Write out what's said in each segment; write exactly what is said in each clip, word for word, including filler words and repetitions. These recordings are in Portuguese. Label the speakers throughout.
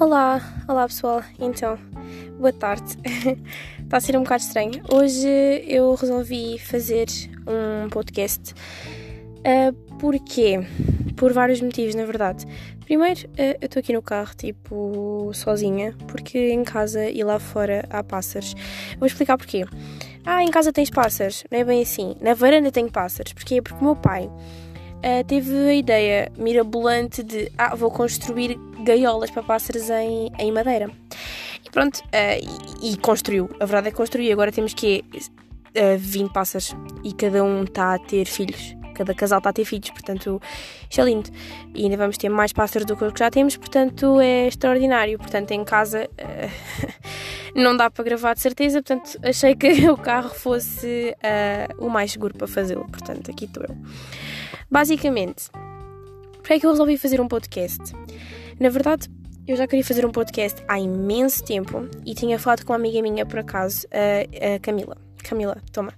Speaker 1: Olá, olá pessoal, então, boa tarde. Está a ser um bocado estranho. Hoje eu resolvi fazer um podcast. Uh, porquê? Por vários motivos, na verdade. Primeiro, uh, eu estou aqui no carro, tipo, sozinha, porque em casa e lá fora há pássaros. Vou explicar porquê. Ah, em casa tens pássaros. Não é bem assim. Na varanda tenho pássaros. Porquê? Porque o meu pai uh, teve a ideia mirabolante de, ah, vou construir gaiolas para pássaros em, em madeira. E pronto, uh, e, e construiu. A verdade é que construiu. Agora temos que uh, vinte pássaros e cada um está a ter filhos. Cada casal está a ter filhos, portanto, isto é lindo. E ainda vamos ter mais pássaros do que os que já temos, portanto, é extraordinário. Portanto, em casa uh, não dá para gravar de certeza, portanto, achei que o carro fosse uh, o mais seguro para fazê-lo. Portanto, aqui estou eu. Basicamente, para que eu resolvi fazer um podcast? Na verdade, eu já queria fazer um podcast há imenso tempo e tinha falado com uma amiga minha, por acaso, a, a Camila. Camila, toma.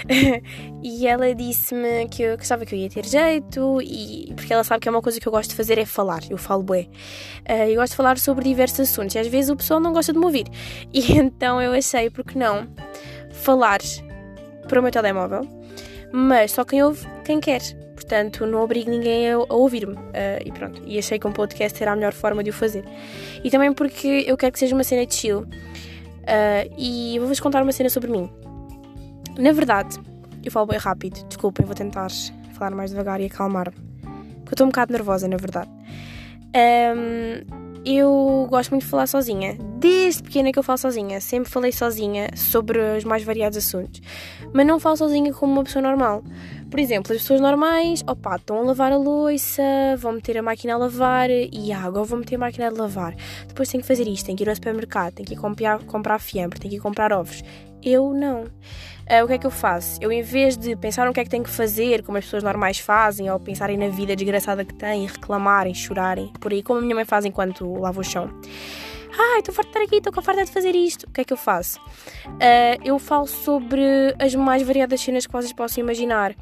Speaker 1: E ela disse-me que eu gostava que eu ia ter jeito, e porque ela sabe que é uma coisa que eu gosto de fazer é falar. Eu falo bué. Uh, eu gosto de falar sobre diversos assuntos e às vezes o pessoal não gosta de me ouvir. E então eu achei, porque não, falar para o meu telemóvel, mas só quem ouve, quem quer. Portanto, não obrigo ninguém a, a ouvir-me. Uh, e pronto. E achei que um podcast era a melhor forma de o fazer. E também porque eu quero que seja uma cena de chill. Uh, e vou-vos contar uma cena sobre mim. Na verdade, eu falo bem rápido. Desculpem, vou tentar falar mais devagar e acalmar-me. Porque eu estou um bocado nervosa, na verdade. Um, eu gosto muito de falar sozinha. Desde pequena que eu falo sozinha. Sempre falei sozinha sobre os mais variados assuntos. Mas não falo sozinha como uma pessoa normal. Por exemplo, as pessoas normais, opá, estão a lavar a louça, vão meter a máquina a lavar e ah, agora vão meter a máquina a lavar. Depois tem que fazer isto, tem que ir ao supermercado, tem que ir comprar, comprar fiambre, tem que ir comprar ovos. Eu não. Uh, o que é que eu faço? Eu, em vez de pensar no que é que tenho que fazer, como as pessoas normais fazem, ou pensarem na vida desgraçada que têm, reclamarem, chorarem, por aí, como a minha mãe faz enquanto lava o chão. Ai, estou farta de estar aqui, estou com a farta de fazer isto. O que é que eu faço? Uh, eu falo sobre as mais variadas cenas que vocês possam imaginar.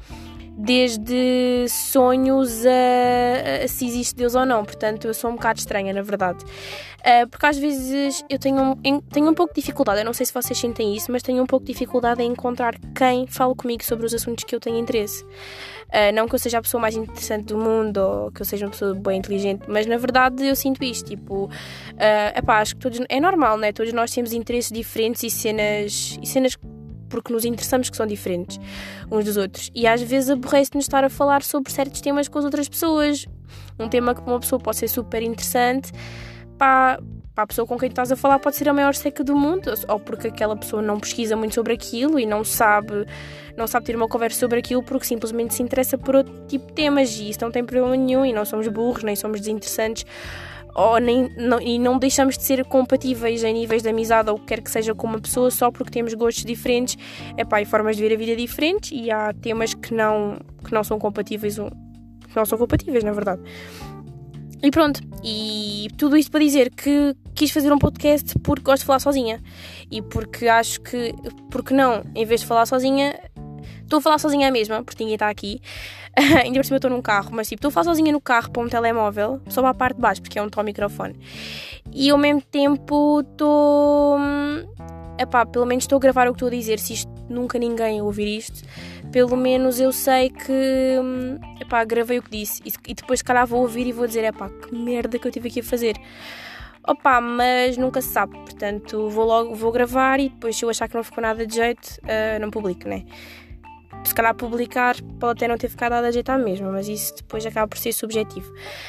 Speaker 1: Desde sonhos a, a se existe Deus ou não. Portanto, eu sou um bocado estranha, na verdade. Uh, porque às vezes eu tenho um, tenho um pouco de dificuldade, eu não sei se vocês sentem isso, mas tenho um pouco de dificuldade em encontrar quem fale comigo sobre os assuntos que eu tenho interesse. Uh, não que eu seja a pessoa mais interessante do mundo ou que eu seja uma pessoa bem inteligente, mas na verdade eu sinto isto, tipo, uh, epá, acho que todos, é normal, né? Todos nós temos interesses diferentes e cenas, e cenas porque nos interessamos que são diferentes uns dos outros. E às vezes aborrece-nos estar a falar sobre certos temas com as outras pessoas. Um tema que para uma pessoa pode ser super interessante, para, para a pessoa com quem tu estás a falar pode ser a maior seca do mundo, ou porque aquela pessoa não pesquisa muito sobre aquilo e não sabe, não sabe ter uma conversa sobre aquilo porque simplesmente se interessa por outro tipo de temas, e isso não tem problema nenhum, e não somos burros, nem somos desinteressantes, ou nem, não, e não deixamos de ser compatíveis em níveis de amizade ou o que quer que seja com uma pessoa só porque temos gostos diferentes, epá, e formas de ver a vida diferentes, e há temas que não, que não são compatíveis, que não são compatíveis, na verdade. E pronto, e tudo isto para dizer que quis fazer um podcast porque gosto de falar sozinha. E porque acho que, porque não, em vez de falar sozinha, estou a falar sozinha mesma, porque ninguém está aqui. Ainda por cima eu estou num carro, mas tipo, estou a falar sozinha no carro para um telemóvel, só para a parte de baixo, porque é onde está o microfone. E ao mesmo tempo estou... Epá, pelo menos estou a gravar o que estou a dizer. Se isto nunca ninguém ouvir isto, pelo menos eu sei que epá, gravei o que disse. E depois se calhar vou ouvir e vou dizer, epá, que merda que eu tive aqui a fazer. Opa, mas nunca se sabe. Portanto, vou logo, vou gravar e depois se eu achar que não ficou nada de jeito, uh, não publico, né? Se calhar publicar pode até não ter ficado nada de jeito à mesma, mas isso depois acaba por ser subjetivo.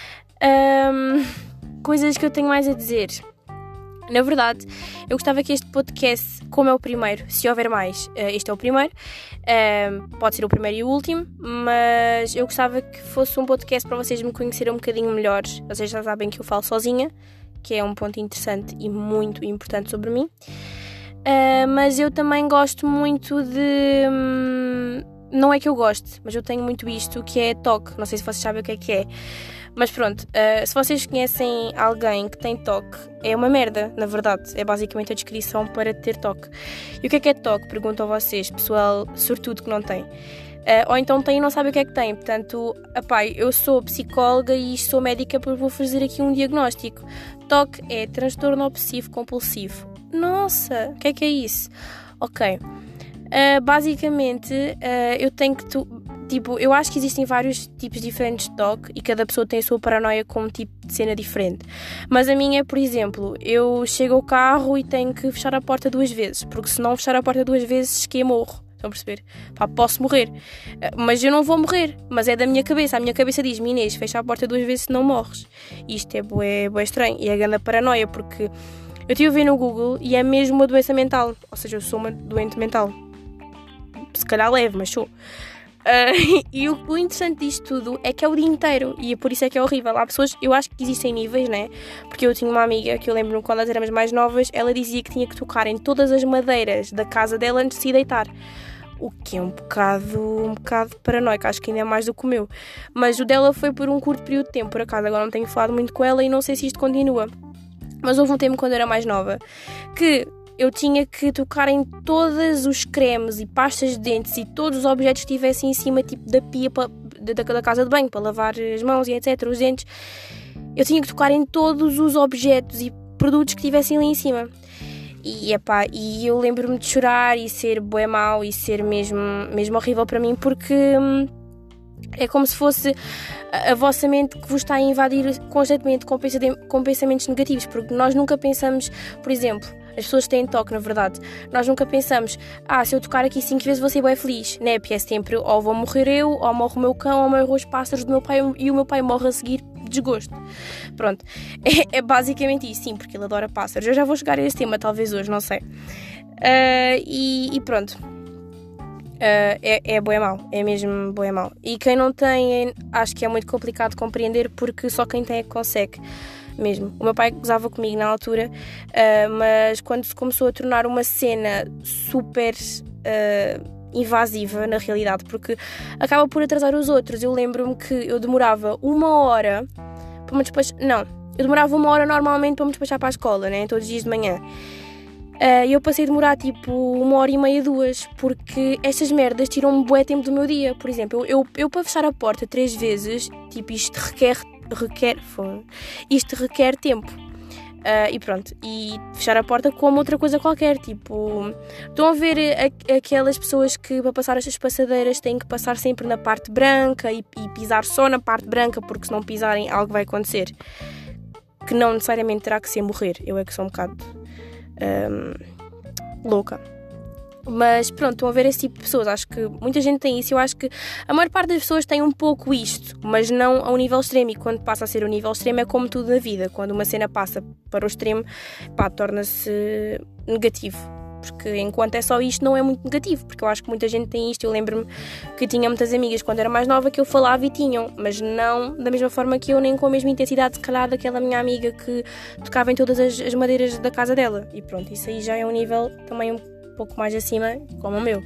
Speaker 1: Um, coisas que eu tenho mais a dizer. Na verdade, eu gostava que este podcast, como é o primeiro, se houver mais, este é o primeiro, pode ser o primeiro e o último, mas eu gostava que fosse um podcast para vocês me conhecerem um bocadinho melhor. Vocês já sabem que eu falo sozinha, que é um ponto interessante e muito importante sobre mim, mas eu também gosto muito de... Não é que eu goste, mas eu tenho muito isto, que é toque. Não sei se vocês sabem o que é que é. Mas pronto, uh, se vocês conhecem alguém que tem toque, é uma merda, na verdade. É basicamente a descrição para ter toque. E o que é que é toque? Pergunto a vocês, pessoal sortudo que não tem. Uh, ou então tem e não sabe o que é que tem. Portanto, epá, eu sou psicóloga e sou médica porque vou fazer aqui um diagnóstico. T O C é transtorno obsessivo compulsivo. Nossa, o que é que é isso? Ok. Uh, basicamente, uh, eu tenho que... Tu, tipo, eu acho que existem vários tipos diferentes de T O C e cada pessoa tem a sua paranoia com um tipo de cena diferente. Mas a minha é, por exemplo, eu chego ao carro e tenho que fechar a porta duas vezes, porque se não fechar a porta duas vezes, que eu morro. Estão a perceber? Pá, posso morrer. Uh, mas eu não vou morrer. Mas é da minha cabeça. A minha cabeça diz-me, Inês, fecha a porta duas vezes se não morres. Isto é bué, bué estranho. E é grande paranoia, porque eu estive a ver no Google e é mesmo uma doença mental. Ou seja, eu sou uma doente mental. Se calhar leve, mas sou. Uh, e o, o interessante disto tudo é que é o dia inteiro. E é por isso é que é horrível. Há pessoas, eu acho que existem níveis, né? Porque eu tinha uma amiga que eu lembro-me quando nós éramos mais novas, ela dizia que tinha que tocar em todas as madeiras da casa dela antes de se deitar. O que é um bocado, um bocado paranoico, acho que ainda é mais do que o meu. Mas o dela foi por um curto período de tempo, por acaso. Agora não tenho falado muito com ela e não sei se isto continua. Mas houve um tempo quando eu era mais nova que eu tinha que tocar em todos os cremes e pastas de dentes e todos os objetos que estivessem em cima, tipo da pia pa, da, da casa de banho, para lavar as mãos e etcétera, os dentes. Eu tinha que tocar em todos os objetos e produtos que estivessem ali em cima. E, epá, e eu lembro-me de chorar e ser bué mau e ser mesmo, mesmo horrível para mim, porque hum, é como se fosse a, a vossa mente que vos está a invadir constantemente com, com pensamentos negativos, porque nós nunca pensamos, por exemplo... As pessoas têm toque, na verdade. Nós nunca pensamos, ah, se eu tocar aqui cinco vezes vou ser bem feliz. Né? Porque é sempre, ou vou morrer eu, ou morre o meu cão, ou morre os pássaros do meu pai, e o meu pai morre a seguir de desgosto. Pronto. É, é basicamente isso, sim, porque ele adora pássaros. Eu já vou chegar a esse tema, talvez hoje, não sei. Uh, e, e pronto. Uh, é, é bué mau. É mesmo bué mau. E quem não tem, acho que é muito complicado de compreender, porque só quem tem é que consegue. Mesmo. O meu pai gozava comigo na altura, uh, mas quando se começou a tornar uma cena super uh, invasiva na realidade, porque acaba por atrasar os outros. Eu lembro-me que eu demorava uma hora para me despachar. Não, eu demorava uma hora normalmente para me despachar para a escola, né? Todos os dias de manhã. E uh, eu passei a demorar tipo uma hora e meia, duas, porque estas merdas tiram-me bué tempo do meu dia. Por exemplo, eu, eu, eu para fechar a porta três vezes, tipo, isto requer requer isto requer tempo uh, e pronto, e fechar a porta como outra coisa qualquer, tipo, estão a ver a, aquelas pessoas que para passar estas passadeiras têm que passar sempre na parte branca e, e pisar só na parte branca, porque se não pisarem algo vai acontecer, que não necessariamente terá que ser morrer. Eu é que sou um bocado um, louca. Mas pronto, estão a ver esse tipo de pessoas. Acho que muita gente tem isso. Eu acho que a maior parte das pessoas tem um pouco isto, mas não ao nível extremo. E quando passa a ser o nível extremo é como tudo na vida. Quando uma cena passa para o extremo, pá, torna-se negativo. Porque enquanto é só isto não é muito negativo. Porque eu acho que muita gente tem isto. Eu lembro-me que tinha muitas amigas quando era mais nova que eu falava e tinham, mas não da mesma forma que eu, nem com a mesma intensidade, se calhar, daquela minha amiga que tocava em todas as, as madeiras da casa dela. E pronto, isso aí já é um nível também um pouco mais acima, como o meu.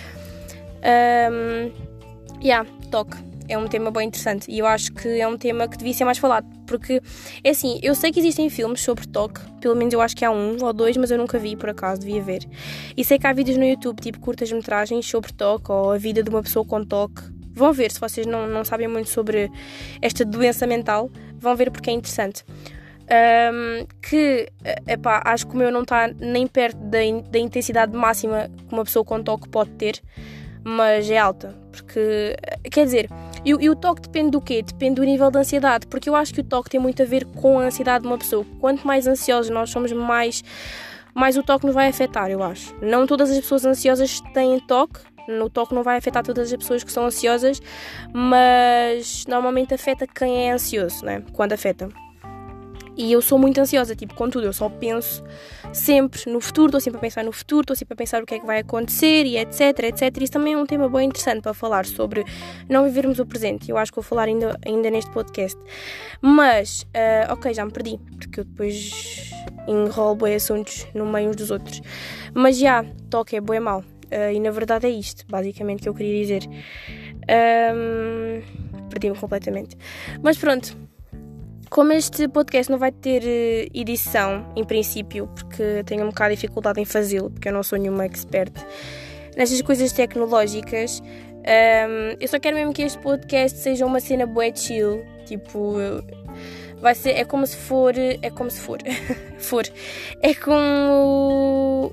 Speaker 1: Um, yeah, toque. É um tema bem interessante e eu acho que é um tema que devia ser mais falado, porque, é assim, eu sei que existem filmes sobre toque, pelo menos eu acho que há um ou dois, mas eu nunca vi, por acaso, devia ver. E sei que há vídeos no YouTube, tipo curtas-metragens sobre toque ou a vida de uma pessoa com toque. Vão ver, se vocês não, não sabem muito sobre esta doença mental, vão ver porque é interessante. Um, que, epá, acho que o meu não está nem perto da, in, da intensidade máxima que uma pessoa com toque pode ter, mas é alta, porque, quer dizer, e, e o toque depende do quê? Depende do nível de ansiedade, porque eu acho que o toque tem muito a ver com a ansiedade de uma pessoa. Quanto mais ansiosos nós somos, mais, mais o toque nos vai afetar, eu acho. Não todas as pessoas ansiosas têm toque, o toque não vai afetar todas as pessoas que são ansiosas, mas normalmente afeta quem é ansioso, né? Quando afeta. E eu sou muito ansiosa, tipo, com tudo, eu só penso sempre no futuro, estou sempre a pensar no futuro, estou sempre a pensar o que é que vai acontecer e etc, etc. Isso também é um tema bem interessante para falar sobre não vivermos o presente. Eu acho que vou falar ainda, ainda neste podcast. Mas, uh, ok, já me perdi, porque eu depois enrolo bem assuntos no meio uns dos outros. Mas já, toque é bué mau. Uh, e na verdade é isto, basicamente, que eu queria dizer. Um, perdi-me completamente. Mas pronto. Como este podcast não vai ter uh, edição, em princípio, porque tenho um bocado de dificuldade em fazê-lo, porque eu não sou nenhuma expert nestas coisas tecnológicas, Um, eu só quero mesmo que este podcast seja uma cena bué chill. Tipo, vai ser, é como se for, é como se for, for, é como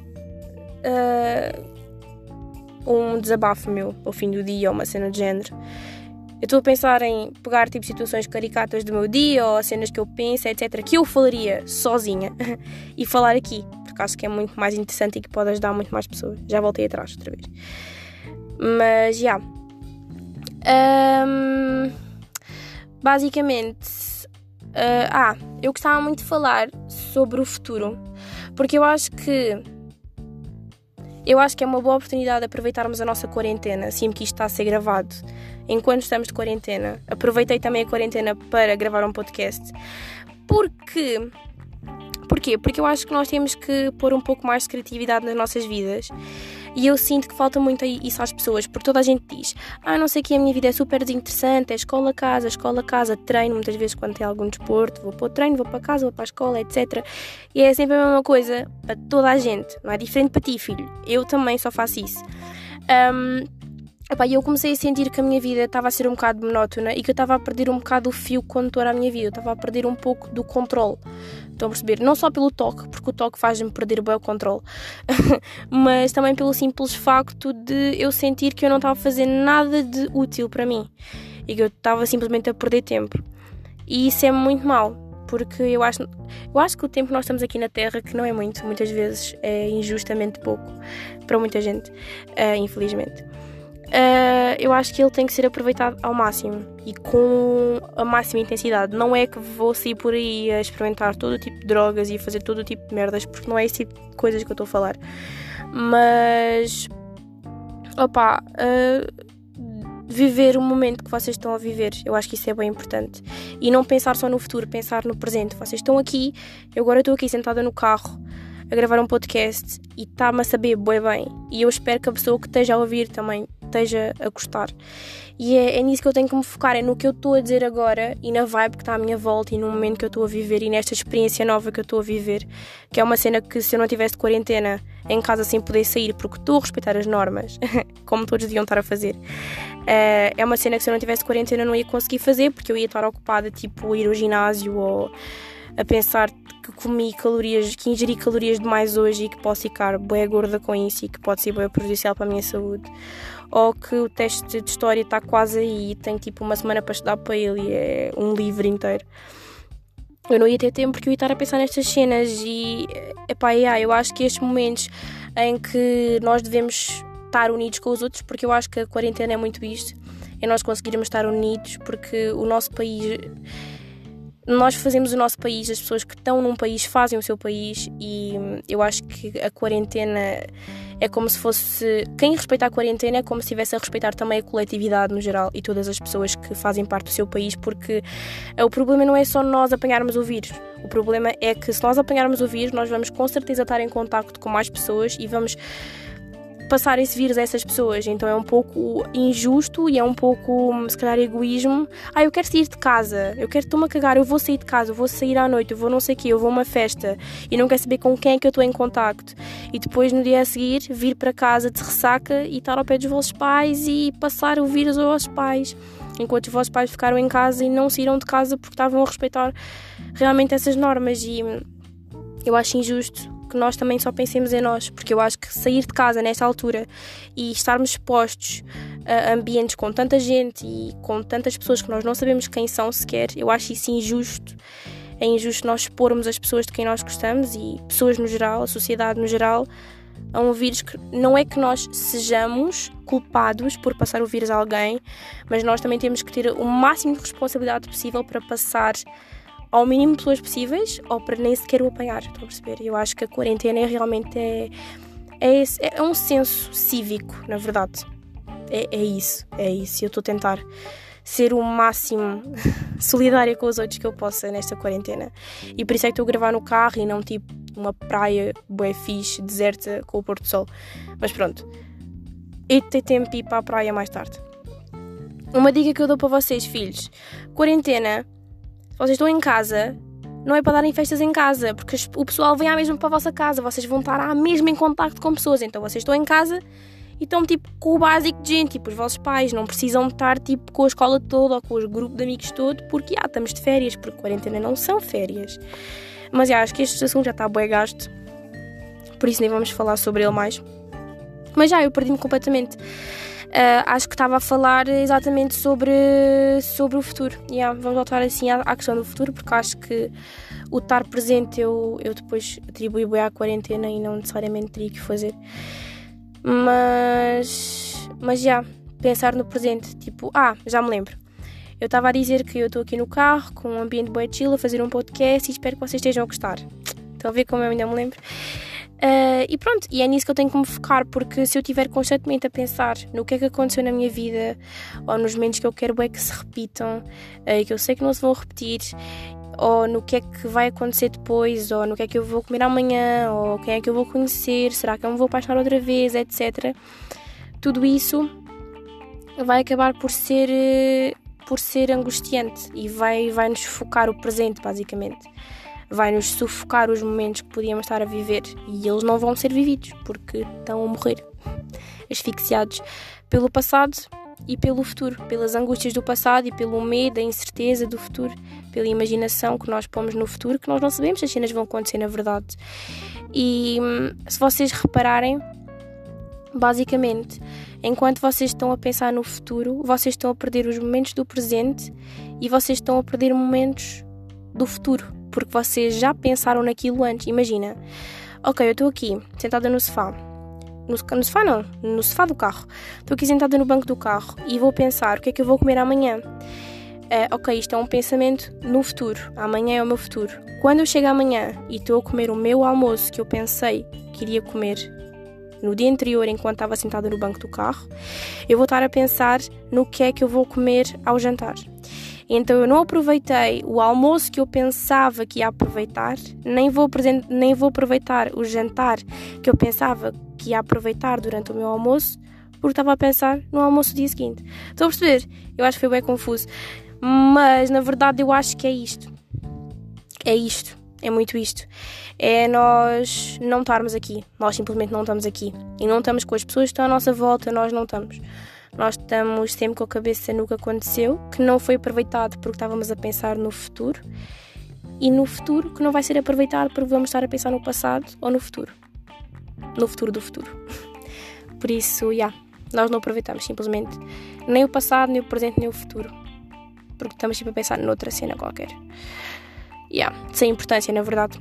Speaker 1: uh, um desabafo meu ao fim do dia, ou uma cena de género. Eu estou a pensar em pegar tipo situações caricatas do meu dia, ou cenas que eu penso, etcétera, que eu falaria sozinha e falar aqui, porque acho que é muito mais interessante e que pode ajudar muito mais pessoas. Já voltei atrás outra vez. Mas, já. Yeah. Um, basicamente... Uh, ah, eu gostava muito de falar sobre o futuro. Porque eu acho que... Eu acho que é uma boa oportunidade de aproveitarmos a nossa quarentena, assim que isto está a ser gravado. Enquanto estamos de quarentena. Aproveitei também a quarentena para gravar um podcast. Porque... Porquê? Porque eu acho que nós temos que pôr um pouco mais de criatividade nas nossas vidas. E eu sinto que falta muito isso às pessoas, porque toda a gente diz: ah, não sei o que, a minha vida é super desinteressante, é escola-casa, escola-casa, treino, muitas vezes quando tem algum desporto, vou para o treino, vou para casa, vou para a escola, etcétera. E é sempre a mesma coisa para toda a gente, não é diferente para ti, filho. Eu também só faço isso. Um, epá, eu comecei a sentir que a minha vida estava a ser um bocado monótona e que eu estava a perder um bocado o fio condutor à minha vida, eu estava a perder um pouco do controle. Estão a perceber? Não só pelo toque, porque o toque faz-me perder bem o controle, mas também pelo simples facto de eu sentir que eu não estava a fazer nada de útil para mim e que eu estava simplesmente a perder tempo. E isso é muito mau, porque eu acho, eu acho que o tempo que nós estamos aqui na Terra, que não é muito, muitas vezes é injustamente pouco para muita gente, uh, infelizmente. Uh, eu acho que ele tem que ser aproveitado ao máximo e com a máxima intensidade. Não é que vou sair por aí a experimentar todo o tipo de drogas e a fazer todo o tipo de merdas, porque não é esse tipo de coisas que eu estou a falar. Mas, opá, uh, viver o momento que vocês estão a viver, eu acho que isso é bem importante. E não pensar só no futuro, pensar no presente. Vocês estão aqui, eu agora estou aqui sentada no carro a gravar um podcast e está-me a saber bem bem. E eu espero que a pessoa que esteja a ouvir também esteja a gostar. E é, é nisso que eu tenho que me focar, é no que eu estou a dizer agora e na vibe que está à minha volta e no momento que eu estou a viver e nesta experiência nova que eu estou a viver, que é uma cena que se eu não tivesse de quarentena em casa sem poder sair porque estou a respeitar as normas, como todos deviam estar a fazer, uh, é uma cena que se eu não tivesse de quarentena eu não ia conseguir fazer porque eu ia estar ocupada tipo a ir ao ginásio ou a pensar que comi calorias, que ingeri calorias demais hoje e que posso ficar bué gorda com isso e que pode ser bué prejudicial para a minha saúde. Ou que o teste de história está quase aí e tenho tipo uma semana para estudar para ele e é um livro inteiro. Eu não ia ter tempo porque eu ia estar a pensar nestas cenas e, epá, yeah, eu acho que estes momentos em que nós devemos estar unidos com os outros, porque eu acho que a quarentena é muito isto, é nós conseguirmos estar unidos, porque o nosso país... Nós fazemos o nosso país, as pessoas que estão num país fazem o seu país e eu acho que a quarentena é como se fosse... Quem respeita a quarentena é como se estivesse a respeitar também a coletividade no geral e todas as pessoas que fazem parte do seu país, porque o problema não é só nós apanharmos o vírus. O problema é que se nós apanharmos o vírus, nós vamos com certeza estar em contacto com mais pessoas e vamos passar esse vírus a essas pessoas. Então é um pouco injusto e é um pouco, se calhar, egoísmo. Ah, eu quero sair de casa, eu quero, estou-me a cagar, eu vou sair de casa, eu vou sair à noite, eu vou não sei o quê, eu vou a uma festa e não quero saber com quem é que eu estou em contacto. E depois, no dia a seguir, vir para casa de ressaca e estar ao pé dos vossos pais e passar o vírus aos vossos pais, enquanto os vossos pais ficaram em casa e não saíram de casa porque estavam a respeitar realmente essas normas. E eu acho injusto que nós também só pensemos em nós, porque eu acho que sair de casa nesta altura e estarmos expostos a ambientes com tanta gente e com tantas pessoas que nós não sabemos quem são sequer, eu acho isso injusto. É injusto nós expormos as pessoas de quem nós gostamos e pessoas no geral, a sociedade no geral, a um vírus que não é que nós sejamos culpados por passar o vírus a alguém, mas nós também temos que ter o máximo de responsabilidade possível para passar ao mínimo de pessoas possíveis ou para nem sequer o apanhar, estão a perceber? Eu acho que a quarentena é realmente é, é, esse, é um senso cívico, na verdade. É, é isso, é isso. Eu estou a tentar ser o máximo solidária com os outros que eu possa nesta quarentena. E por isso é que estou a gravar no carro e não tipo uma praia bué fixe, deserta, com o pôr do sol. Mas pronto, hei de ter tempo de ir para a praia mais tarde. Uma dica que eu dou para vocês, filhos: quarentena, se vocês estão em casa, não é para darem festas em casa, porque o pessoal vem à mesma para a vossa casa, vocês vão estar à mesma em contacto com pessoas, então vocês estão em casa e estão tipo com o básico de gente, tipo os vossos pais não precisam estar tipo com a escola toda ou com o grupo de amigos todo, porque ah, estamos de férias, porque quarentena não são férias. Mas já, acho que este assunto já está bué gasto, por isso nem vamos falar sobre ele mais. Mas já, eu perdi-me completamente. Uh, acho que estava a falar exatamente sobre, sobre o futuro. Yeah, vamos voltar assim à, à questão do futuro, porque acho que o estar presente eu, eu depois atribuí bem à quarentena e não necessariamente teria que fazer. Mas, mas já, pensar no presente, tipo, ah, já me lembro. Eu estava a dizer que eu estou aqui no carro, com um ambiente bem chill, a fazer um podcast e espero que vocês estejam a gostar. Estão a ver como eu ainda me lembro? Uh, e pronto, e é nisso que eu tenho que me focar, porque se eu estiver constantemente a pensar no que é que aconteceu na minha vida, ou nos momentos que eu quero é que se repitam, uh, e que eu sei que não se vão repetir, ou no que é que vai acontecer depois, ou no que é que eu vou comer amanhã, ou quem é que eu vou conhecer, será que eu me vou apaixonar outra vez, etcétera. Tudo isso vai acabar por ser, por ser angustiante e vai, vai nos focar o presente, basicamente. Vai-nos sufocar os momentos que podíamos estar a viver e eles não vão ser vividos porque estão a morrer, asfixiados pelo passado e pelo futuro, pelas angústias do passado e pelo medo, a incerteza do futuro, pela imaginação que nós pomos no futuro, que nós não sabemos se as cenas vão acontecer na verdade. E se vocês repararem, basicamente, enquanto vocês estão a pensar no futuro, vocês estão a perder os momentos do presente e vocês estão a perder momentos do futuro, porque vocês já pensaram naquilo antes. Imagina, ok, eu estou aqui sentada no sofá, no, no sofá não, no sofá do carro, estou aqui sentada no banco do carro e vou pensar o que é que eu vou comer amanhã. Uh, ok, isto é um pensamento no futuro, amanhã é o meu futuro. Quando eu chego amanhã e estou a comer o meu almoço que eu pensei que iria comer no dia anterior enquanto estava sentada no banco do carro, eu vou estar a pensar no que é que eu vou comer ao jantar. Então eu não aproveitei o almoço que eu pensava que ia aproveitar, nem vou, nem vou aproveitar o jantar que eu pensava que ia aproveitar durante o meu almoço, porque estava a pensar no almoço do dia seguinte. Estão a perceber? Eu acho que foi bem confuso. Mas na verdade eu acho que é isto. É isto. É muito isto. É nós não estarmos aqui. Nós simplesmente não estamos aqui. E não estamos com as pessoas que estão à nossa volta, nós não estamos. Nós estamos sempre com a cabeça no que aconteceu, que não foi aproveitado porque estávamos a pensar no futuro, e no futuro que não vai ser aproveitado porque vamos estar a pensar no passado ou no futuro. No futuro do futuro. Por isso, já, yeah, nós não aproveitamos simplesmente nem o passado, nem o presente, nem o futuro. Porque estamos sempre a pensar noutra cena qualquer. Yeah, sem importância, na verdade.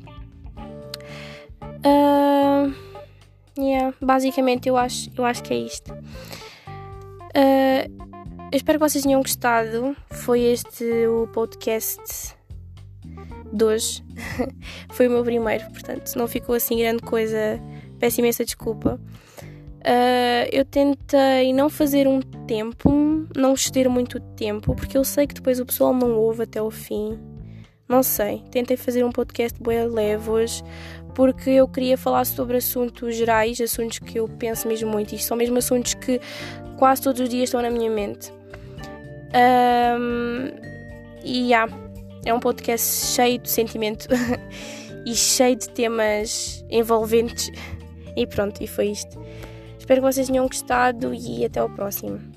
Speaker 1: Uh, yeah, basicamente, eu acho, eu acho que é isto. Uh, eu espero que vocês tenham gostado. Foi este o podcast de hoje. Foi o meu primeiro, portanto, se não ficou assim grande coisa, peço imensa desculpa. Uh, eu tentei não fazer um tempo, não exceder muito o tempo, porque eu sei que depois o pessoal não ouve até o fim. Não sei, tentei fazer um podcast bem leve hoje, porque eu queria falar sobre assuntos gerais, assuntos que eu penso mesmo muito. Isto são mesmo assuntos que quase todos os dias estão na minha mente. Um, e já, yeah, é um podcast cheio de sentimento e cheio de temas envolventes. E pronto, e foi isto. Espero que vocês tenham gostado e até ao próximo.